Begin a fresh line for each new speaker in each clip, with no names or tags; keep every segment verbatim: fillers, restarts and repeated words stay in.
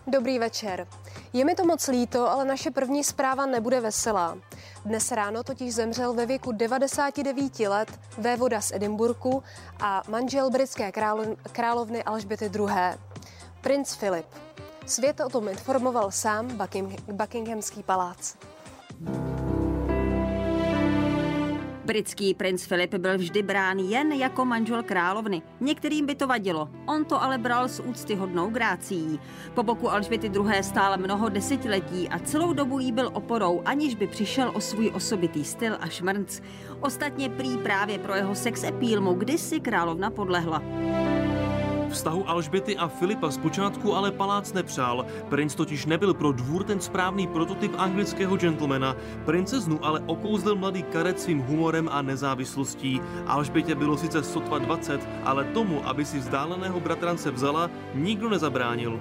Dobrý večer. Je mi to moc líto, ale naše první zpráva nebude veselá. Dnes ráno totiž zemřel ve věku devadesáti devíti let vévoda z Edinburghu a manžel britské královny Alžběty druhé. Princ Filip. Svět o tom informoval sám Buckinghamský palác.
Britský princ Filip byl vždy brán jen jako manžel královny. Některým by to vadilo, on to ale bral s úctyhodnou grácií. Po boku Alžběty druhé stál mnoho desetiletí a celou dobu jí byl oporou, aniž by přišel o svůj osobitý styl a šmrnc. Ostatně prý právě pro jeho sex appeal mu kdysi královna podlehla.
Vztahu Alžběty a Filipa zpočátku ale palác nepřál. Princ totiž nebyl pro dvůr ten správný prototyp anglického gentlemana. Princeznu ale okouzlil mladý karet svým humorem a nezávislostí. Alžbětě bylo sice sotva dvacet, ale tomu, aby si vzdáleného bratrance vzala, nikdo nezabránil.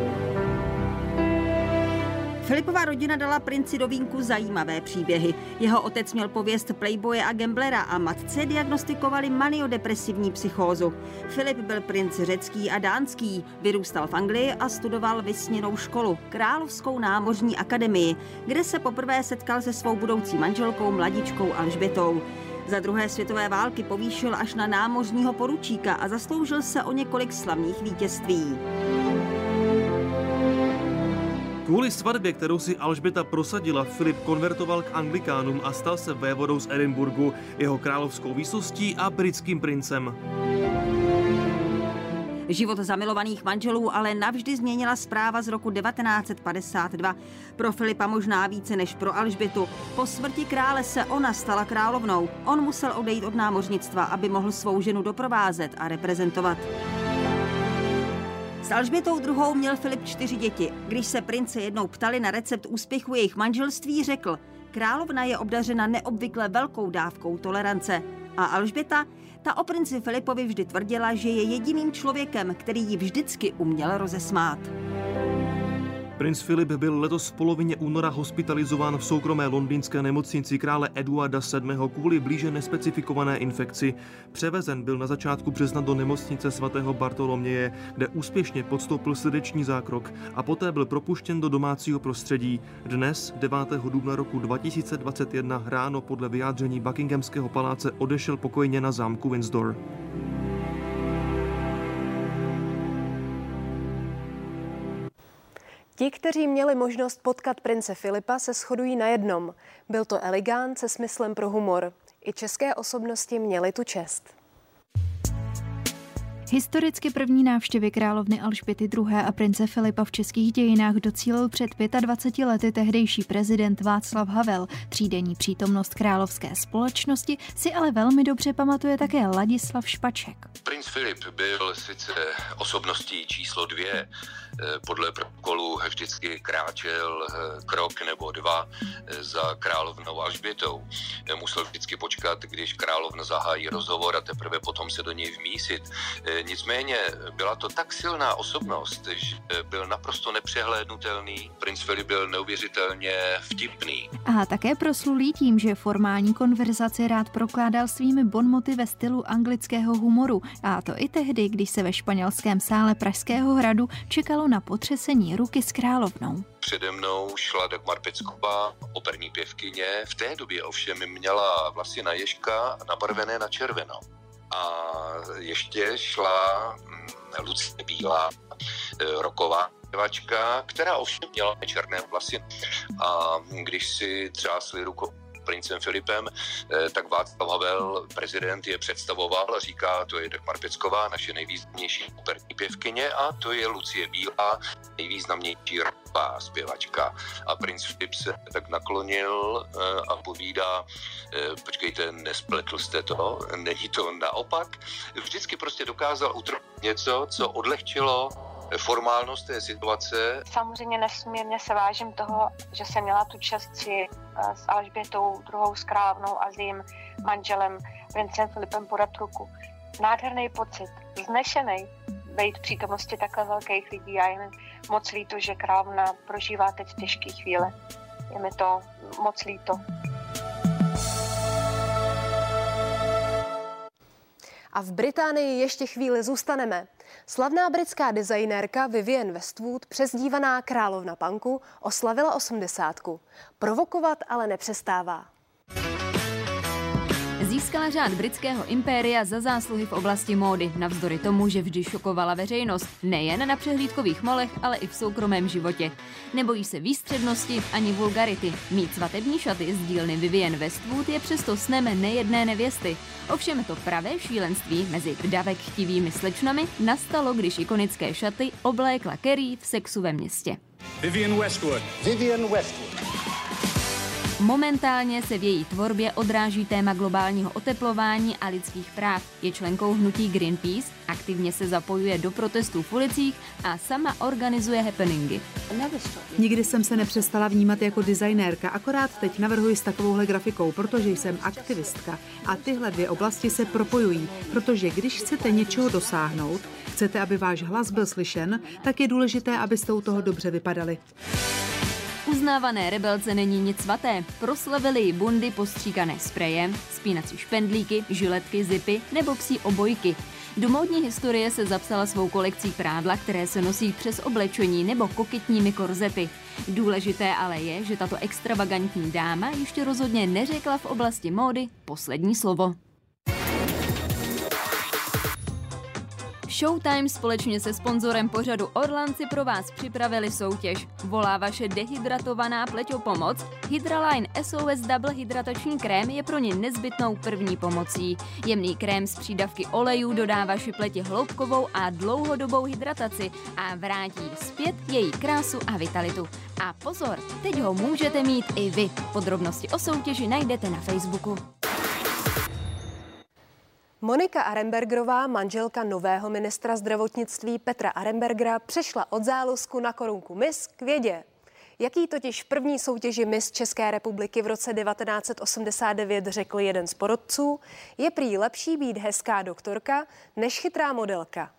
Filipova rodina dala princi do vínku zajímavé příběhy. Jeho otec měl pověst playboye a gamblera a matce diagnostikovali maniodepresivní psychózu. Filip byl princ řecký a dánský, vyrůstal v Anglii a studoval vysněnou školu, Královskou námořní akademii, kde se poprvé setkal se svou budoucí manželkou mladičkou Alžbětou. Za druhé světové války povýšil až na námořního poručíka a zasloužil se o několik slavných vítězství.
Kvůli svatbě, kterou si Alžběta prosadila, Filip konvertoval k anglikánům a stal se vévodou z Edinburghu, jeho královskou výsostí a britským princem.
Život zamilovaných manželů ale navždy změnila zpráva z roku devatenáct set padesát dva. Pro Filipa možná více než pro Alžbětu. Po smrti krále se ona stala královnou. On musel odejít od námořnictva, aby mohl svou ženu doprovázet a reprezentovat. S Alžbětou druhou měl Filip čtyři děti. Když se prince jednou ptali na recept úspěchu jejich manželství, řekl: královna je obdařena neobvykle velkou dávkou tolerance. A Alžběta, ta o princi Filipovi vždy tvrdila, že je jediným člověkem, který ji vždycky uměl rozesmát.
Princ Filip byl letos v polovině února hospitalizován v soukromé londýnské nemocnici krále Eduarda sedmého kvůli blíže nespecifikované infekci. Převezen byl na začátku března do nemocnice svatého Bartoloměje, kde úspěšně podstoupil srdeční zákrok a poté byl propuštěn do domácího prostředí. Dnes, devátého dubna roku dva tisíce dvacet jedna, ráno podle vyjádření Buckinghamského paláce odešel pokojně na zámku Windsor.
Ti, kteří měli možnost potkat prince Filipa, se shodují na jednom. Byl to elegant se smyslem pro humor. I české osobnosti měly tu čest.
Historicky první návštěvy královny Alžběty druhé a prince Filipa v českých dějinách docílil před dvaceti pěti lety tehdejší prezident Václav Havel. Třídenní přítomnost královské společnosti si ale velmi dobře pamatuje také Ladislav Špaček.
Princ Filip byl sice osobností číslo dvě, podle protokolu vždycky kráčel krok nebo dva za královnou Alžbětou. Musel vždycky počkat, když královna zahájí rozhovor a teprve potom se do něj vmísit. Nicméně byla to tak silná osobnost, že byl naprosto nepřehlédnutelný. Princ Filip byl neuvěřitelně vtipný.
A také proslulý tím, že formální konverzaci rád prokládal svými bonmoty ve stylu anglického humoru. A to i tehdy, když se ve španělském sále Pražského hradu čekalo na potřesení ruky s královnou.
Přede mnou šla Dagmar Pecková, operní pěvkyně. V té době ovšem měla vlasy na ježka nabarvené na červeno. A ještě šla Lucie Bílá, rocková zpěvačka, která ovšem měla černé vlasy. A když si třásli rukou princem Filipem, tak Václav Havel, prezident, je představoval a říká, to je Dagmar Pecková, naše nejvýznamnější operní pěvkyně, a to je Lucie Bílá, nejvýznamnější rocková zpěvačka. A princ Filip se tak naklonil a povídá: počkejte, nespletl jste to, není to naopak. Vždycky prostě dokázal utrpět něco, co odlehčilo formálnost té situace.
Samozřejmě nesmírně se vážím toho, že jsem měla tu čest si s Alžbětou druhou, s královnou a s jejím manželem princem Filipem podat ruku. Nádherný pocit, vznešený být v přítomnosti takhle velkých lidí a je mi moc líto, že královna prožívá teď těžké chvíle. Je mi to moc líto.
A v Británii ještě chvíli zůstaneme. Slavná britská designérka Vivienne Westwood, přezdívaná královna punku, oslavila osmdesátku. Provokovat ale nepřestává.
Získala řád britského impéria za zásluhy v oblasti módy, navzdory tomu, že vždy šokovala veřejnost, nejen na přehlídkových molech, ale i v soukromém životě. Nebojí se výstřednosti ani vulgarity. Mít svatební šaty z dílny Vivienne Westwood je přesto snem nejedné nevěsty. Ovšem to pravé šílenství mezi vdavek chtivými slečnami nastalo, když ikonické šaty oblékla Carrie v Sexu ve městě.
Vivienne Westwood. Vivienne Westwood.
Momentálně se v její tvorbě odráží téma globálního oteplování a lidských práv. Je členkou hnutí Greenpeace, aktivně se zapojuje do protestů v ulicích a sama organizuje happeningy.
Nikdy jsem se nepřestala vnímat jako designérka, akorát teď navrhuji s takovouhle grafikou, protože jsem aktivistka. A tyhle dvě oblasti se propojují, protože když chcete něčeho dosáhnout, chcete, aby váš hlas byl slyšen, tak je důležité, abyste u toho dobře vypadali.
Uznávané rebelce není nic svaté. Proslavili ji bundy postříkané sprejem, spínací špendlíky, žiletky, zipy nebo psí obojky. Do módní historie se zapsala svou kolekcí prádla, které se nosí přes oblečení nebo koketními korzety. Důležité ale je, že tato extravagantní dáma ještě rozhodně neřekla v oblasti módy poslední slovo. Showtime společně se sponzorem pořadu Orlan si pro vás připravili soutěž. Volá vaše dehydratovaná pleť o pomoc? Hydraline S O S Double hydratační krém je pro ně nezbytnou první pomocí. Jemný krém z přídavky olejů dodá vaši pleti hloubkovou a dlouhodobou hydrataci a vrátí zpět její krásu a vitalitu. A pozor, teď ho můžete mít i vy. Podrobnosti o soutěži najdete na Facebooku.
Monika Arenbergerová, manželka nového ministra zdravotnictví Petra Arenbergera, přešla od zálusku na korunku Miss k vědě. Jaký totiž v první soutěži Miss České republiky v roce devatenáct set osmdesát devět řekl jeden z porotců, je prý lepší být hezká doktorka než chytrá modelka.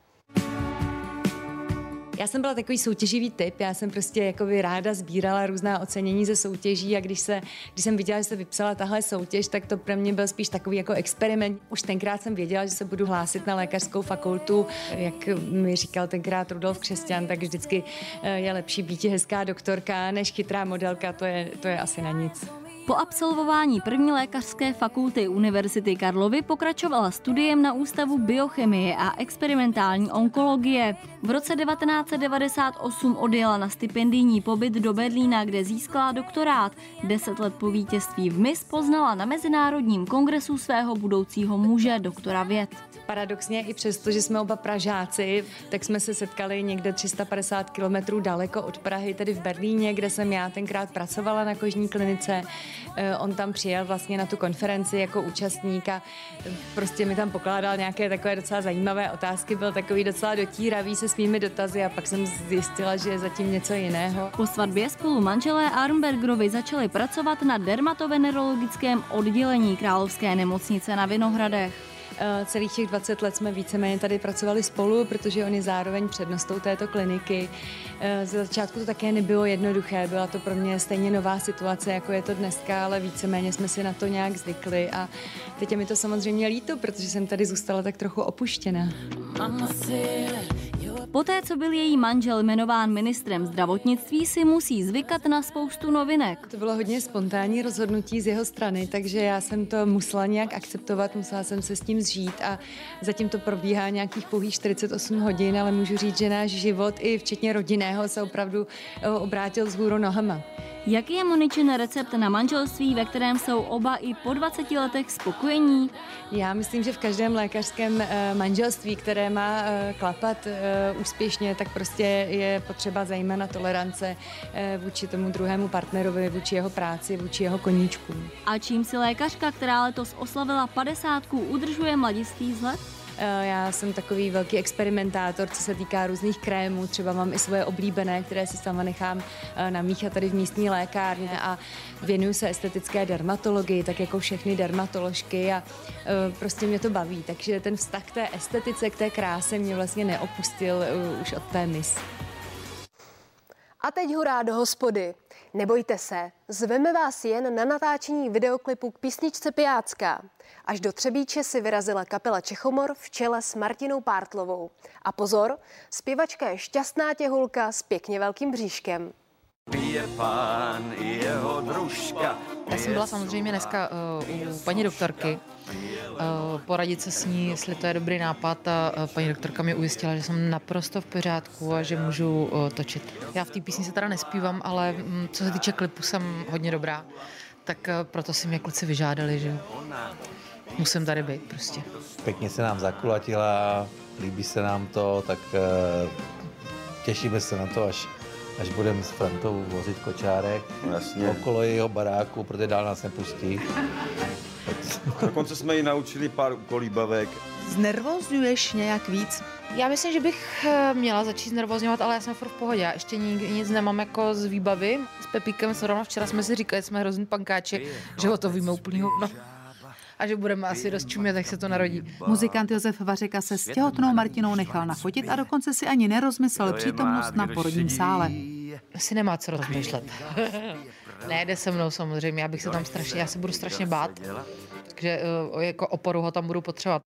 Já jsem byla takový soutěživý typ, já jsem prostě jakoby ráda sbírala různá ocenění ze soutěží a když, se, když jsem viděla, že se vypsala tahle soutěž, tak to pro mě byl spíš takový jako experiment. Už tenkrát jsem věděla, že se budu hlásit na lékařskou fakultu. Jak mi říkal tenkrát Rudolf Křesťan, tak vždycky je lepší být hezká doktorka než chytrá modelka, to je, to je asi na nic.
Po absolvování první lékařské fakulty Univerzity Karlovy pokračovala studiem na Ústavu biochemie a experimentální onkologie. V roce devatenáct set devadesát osm odjela na stipendijní pobyt do Berlína, kde získala doktorát. Deset let po vítězství v Miss poznala na Mezinárodním kongresu svého budoucího muže, doktora věd.
Paradoxně i přesto, že jsme oba Pražáci, tak jsme se setkali někde tři sta padesát kilometrů daleko od Prahy, tedy v Berlíně, kde jsem já tenkrát pracovala na kožní klinice. On tam přijel vlastně na tu konferenci jako účastník a prostě mi tam pokládal nějaké takové docela zajímavé otázky, byl takový docela dotíravý se svými dotazy a pak jsem zjistila, že je zatím něco jiného.
Po svatbě spolu manželé Arenbergerovi začali pracovat na dermatovenerologickém oddělení Královské nemocnice na Vinohradech.
Celých těch dvacet let jsme víceméně tady pracovali spolu, protože on je zároveň přednostou této kliniky. Ze začátku to také nebylo jednoduché, byla to pro mě stejně nová situace, jako je to dneska, ale víceméně jsme si na to nějak zvykli a teď je mi to samozřejmě líto, protože jsem tady zůstala tak trochu opuštěna.
Poté, co byl její manžel jmenován ministrem zdravotnictví, si musí zvykat na spoustu novinek.
To bylo hodně spontánní rozhodnutí z jeho strany, takže já jsem to musela nějak akceptovat, musela jsem se s tím zžít a zatím to probíhá nějakých pouhých čtyřicet osm hodin, ale můžu říct, že náš život i včetně rodinného se opravdu obrátil vzhůru nohama.
Jaký je Moničin recept na manželství, ve kterém jsou oba i po dvaceti letech spokojení?
Já myslím, že v každém lékařském manželství, které má klapat úspěšně, tak prostě je potřeba zejména tolerance vůči tomu druhému partnerovi, vůči jeho práci, vůči jeho koníčkům.
A čím si lékařka, která letos oslavila padesátku, udržuje mladiství vzhled?
Já jsem takový velký experimentátor, co se týká různých krémů, třeba mám i svoje oblíbené, které si sama nechám namíchat tady v místní lékárně a věnuju se estetické dermatologii, tak jako všechny dermatoložky a prostě mě to baví, takže ten vztah k té estetice, k té kráse mě vlastně neopustil už od té Miss.
A teď hurá do hospody. Nebojte se, zveme vás jen na natáčení videoklipu k písničce Pijácká. Až do Třebíče si vyrazila kapela Čechomor v čele s Martinou Pártlovou. A pozor, zpěvačka je šťastná těhulka s pěkně velkým bříškem.
Pije pán i jeho družka.
Já jsem byla samozřejmě dneska uh, u paní doktorky, uh, poradit se s ní, jestli to je dobrý nápad, a uh, paní doktorka mi ujistila, že jsem naprosto v pořádku a že můžu uh, točit. Já v té písni se teda nespívám, ale um, co se týče klipu, jsem hodně dobrá, tak uh, proto si mě kluci vyžádali, že musím tady být prostě.
Pěkně se nám zakulatila, líbí se nám to, tak uh, těšíme se na to, až až budeme s Frantou vozit kočárek no, okolo jeho baráku, protože dál nás nepustí.
Dokonce jsme ji naučili pár kolíbavek.
Znervózňuješ nějak víc?
Já myslím, že bych měla začít znervózňovat, ale já jsem furt v pohodě. Já ještě nic nemám jako z výbavy. S Pepíkem zrovna včera jsme si říkali, jsme hrozný pankáči, že o to víme úplný hovno. A že budeme asi dost čumět, jak se to narodí.
Muzikant Josef Vařeka se s těhotnou Martinou nechal nafotit a dokonce si ani nerozmyslel přítomnost na porodním sále.
Asi nemá co rozmýšlet. Ne, jde se mnou samozřejmě, já bych se tam strašně, já se budu strašně bát, takže jako oporu ho tam budu potřebovat.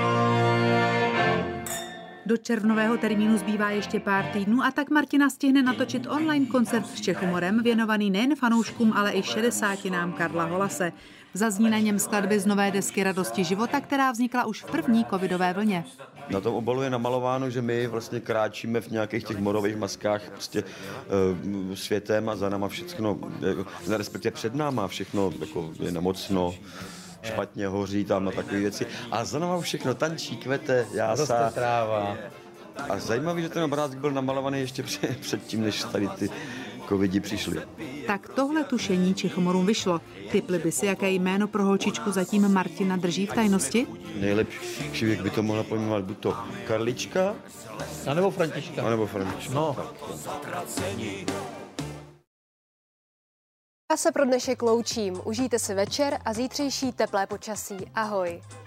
Do červnového termínu zbývá ještě pár týdnů a tak Martina stihne natočit online koncert s Čechomorem, věnovaný nejen fanouškům, ale i šedesátinám Karla Holase. Zazní na něm skladby z nové desky Radosti života, která vznikla už v první covidové vlně.
Na tom obalu je namalováno, že my vlastně kráčíme v nějakých těch morových maskách prostě uh, světem a za náma všechno, respektive před náma všechno jako je namocno, špatně hoří tam a takové věci. A za náma všechno tančí, kvete, jásá.
Tráva.
A zajímavý, že ten obrázek byl namalovaný ještě před, předtím, než tady ty covidi přišli.
Tak tohle tušení Čechomorům vyšlo. Tipli by si, jaké jméno pro holčičku zatím Martina drží v tajnosti?
Nejlepší člověk by to mohla pojmenovat buď to Karlička,
a nebo Františka.
A nebo Františka.
No.
Já se pro dnešek loučím. Užijte si večer a zítřejší teplé počasí. Ahoj.